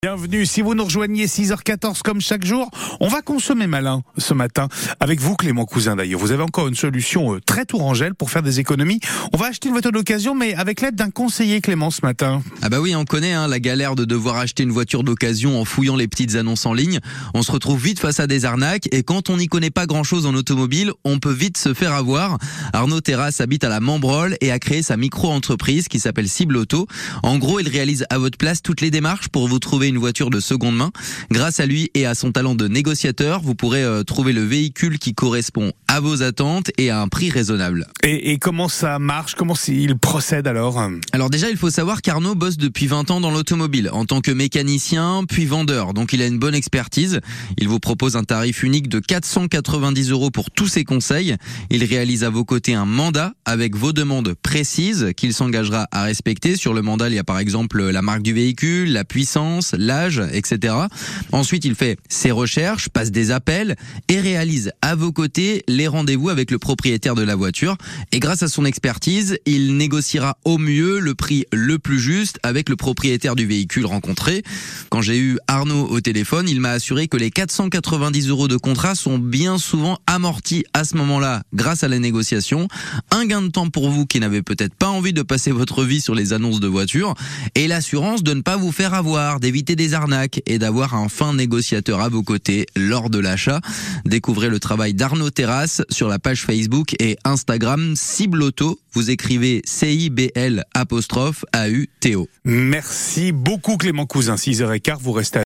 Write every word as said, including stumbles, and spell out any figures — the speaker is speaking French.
Bienvenue, si vous nous rejoignez six heures quatorze comme chaque jour, on va consommer malin ce matin. Avec vous Clément Cousin d'ailleurs, vous avez encore une solution très tourangelle pour faire des économies. On va acheter une voiture d'occasion mais avec l'aide d'un conseiller Clément ce matin. Ah bah oui, on connaît hein, la galère de devoir acheter une voiture d'occasion en fouillant les petites annonces en ligne. On se retrouve vite face à des arnaques et quand on n'y connaît pas grand chose en automobile, on peut vite se faire avoir. Arnaud Terrasse habite à la Membrolle et a créé sa micro-entreprise qui s'appelle Cible Auto. En gros, il réalise à votre place toutes les démarches pour vous trouver une voiture de seconde main. Grâce à lui et à son talent de négociateur, vous pourrez euh, trouver le véhicule qui correspond à vos attentes et à un prix raisonnable. Et, et comment ça marche? Comment il procède alors? Alors déjà, il faut savoir qu'Arnaud bosse depuis vingt ans dans l'automobile, en tant que mécanicien puis vendeur, donc il a une bonne expertise. Il vous propose un tarif unique de quatre cent quatre-vingt-dix euros pour tous ses conseils. Il réalise à vos côtés un mandat avec vos demandes précises qu'il s'engagera à respecter. Sur le mandat, il y a par exemple la marque du véhicule, la puissance, l'âge, et cetera. Ensuite, il fait ses recherches, passe des appels et réalise à vos côtés les rendez-vous avec le propriétaire de la voiture. Et grâce à son expertise, il négociera au mieux le prix le plus juste avec le propriétaire du véhicule rencontré. Quand j'ai eu Arnaud au téléphone, il m'a assuré que les quatre cent quatre-vingt-dix euros de contrat sont bien souvent amortis à ce moment-là grâce à la négociation. Un gain de temps pour vous qui n'avez peut-être pas envie de passer votre vie sur les annonces de voitures et l'assurance de ne pas vous faire avoir, d'éviter des arnaques et d'avoir un fin négociateur à vos côtés lors de l'achat. Découvrez le travail d'Arnaud Terrasse sur la page Facebook et Instagram Cible Auto. Vous écrivez C I B L apostrophe A U T O. Merci beaucoup Clément Cousin, six heures quinze, vous restez à